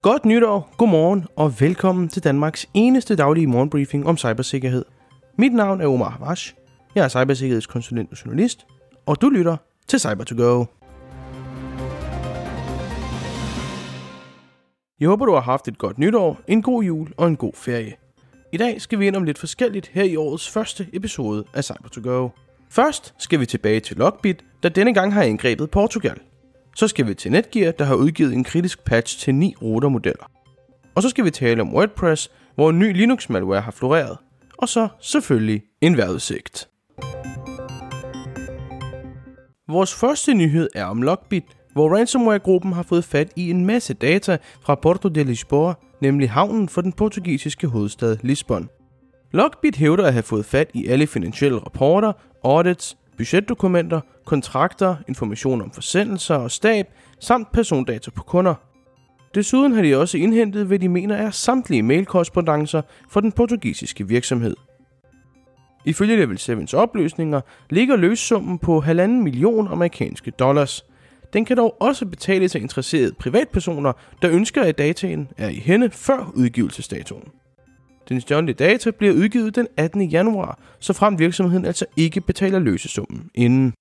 Godt nytår, godmorgen og velkommen til Danmarks eneste daglige morgenbriefing om cybersikkerhed. Mit navn er Omar Havash, jeg er cybersikkerhedskonsulent og journalist, og du lytter til Cyber2Go. Jeg håber, du har haft et godt nytår, en god jul og en god ferie. I dag skal vi ind om lidt forskelligt her i årets første episode af Cyber2Go. Først skal vi tilbage til Lockbit, der denne gang har indgrebet Portugal. Så skal vi til Netgear, der har udgivet en kritisk patch til 9 routermodeller. Og så skal vi tale om WordPress, hvor en ny Linux-malware har floreret. Og så selvfølgelig en vejrudsigt. Vores første nyhed er om Lockbit, hvor ransomware-gruppen har fået fat i en masse data fra Porto de Lisboa, nemlig havnen for den portugisiske hovedstad Lisbon. Lockbit hævder at have fået fat i alle finansielle rapporter, audits, budgetdokumenter, kontrakter, information om forsendelser og stab, samt persondata på kunder. Desuden har de også indhentet, hvad de mener er samtlige mailkorrespondancer for den portugisiske virksomhed. Ifølge Level 7's opløsninger ligger løssummen på 1,5 million amerikanske dollars. Den kan dog også betales af interesserede privatpersoner, der ønsker, at dataen er i hænde før udgivelsesdatoen. Den stjålne data bliver udgivet den 18. januar, så frem virksomheden altså ikke betaler løsesummen inden.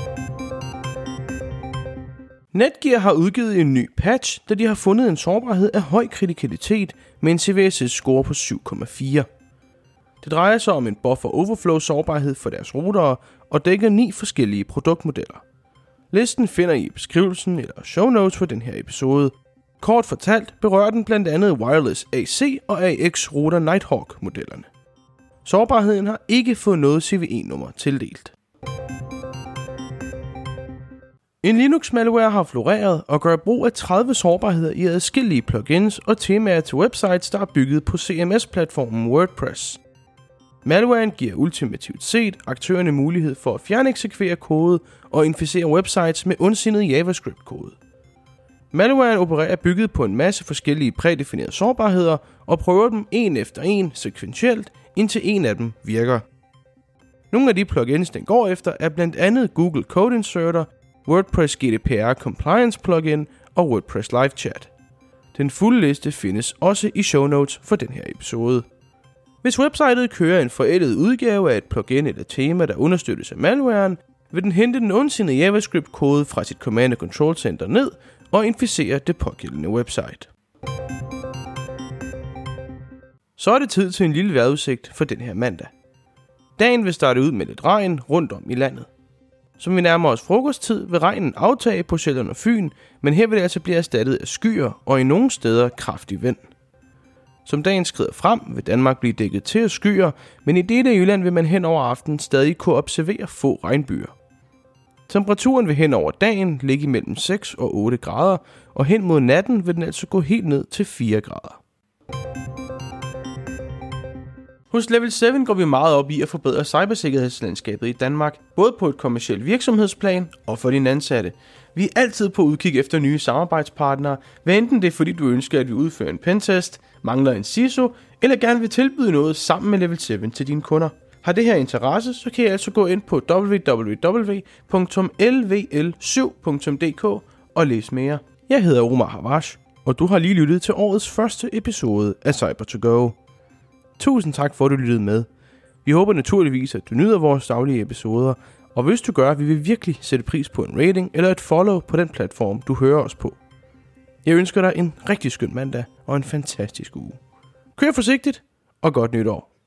Netgear har udgivet en ny patch, da de har fundet en sårbarhed af høj kritikalitet med en CVSS-score på 7,4. Det drejer sig om en buffer overflow sårbarhed for deres routere og dækker 9 forskellige produktmodeller. Listen finder I beskrivelsen eller show notes for den her episode. Kort fortalt berører den blandt andet Wireless AC og AX Router Nighthawk-modellerne. Sårbarheden har ikke fået noget CVE-nummer tildelt. En Linux-malware har floreret og gør brug af 30 sårbarheder i adskillige plugins og temaer til websites, der er bygget på CMS-platformen WordPress. Malwaren giver ultimativt set aktørerne mulighed for at fjerneksekvere kode og inficere websites med ondsindet JavaScript-kode. Malwaren opererer bygget på en masse forskellige prædefinerede sårbarheder og prøver dem en efter en sekventielt, indtil en af dem virker. Nogle af de plugins, den går efter, er blandt andet Google Code Inserter, WordPress GDPR Compliance plugin og WordPress Live Chat. Den fulde liste findes også i show notes for den her episode. Hvis websitet kører en forældet udgave af et plugin eller tema, der understøttes af malwaren, vil den hente den ondsindede JavaScript-kode fra sit Command & Control Center ned og inficere det pågældende website. Så er det tid til en lille vejrudsigt for den her mandag. Dagen vil starte ud med lidt regn rundt om i landet. Som vi nærmer os frokosttid, vil regnen aftage på Sjælland og Fyn, men her vil det altså blive erstattet af skyer og i nogle steder kraftig vind. Som dagen skrider frem, vil Danmark blive dækket til af skyer, men i dele af Jylland vil man hen over aftenen stadig kunne observere få regnbyer. Temperaturen vil hen over dagen ligge mellem 6 og 8 grader, og hen mod natten vil den altså gå helt ned til 4 grader. Hos Level 7 går vi meget op i at forbedre cybersikkerhedslandskabet i Danmark, både på et kommercielt virksomhedsplan og for dine ansatte. Vi er altid på udkig efter nye samarbejdspartnere, hvad enten det er fordi du ønsker at vi udfører en pentest, mangler en CISO, eller gerne vil tilbyde noget sammen med Level 7 til dine kunder. Har det her interesse, så kan I altså gå ind på www.lvl7.dk og læse mere. Jeg hedder Omar Havash, og du har lige lyttet til årets første episode af Cyber2Go. Tusind tak for at du lyttede med. Vi håber naturligvis, at du nyder vores daglige episoder, og hvis du gør, vi vil virkelig sætte pris på en rating eller et follow på den platform, du hører os på. Jeg ønsker dig en rigtig skøn mandag og en fantastisk uge. Kør forsigtigt, og godt nytår.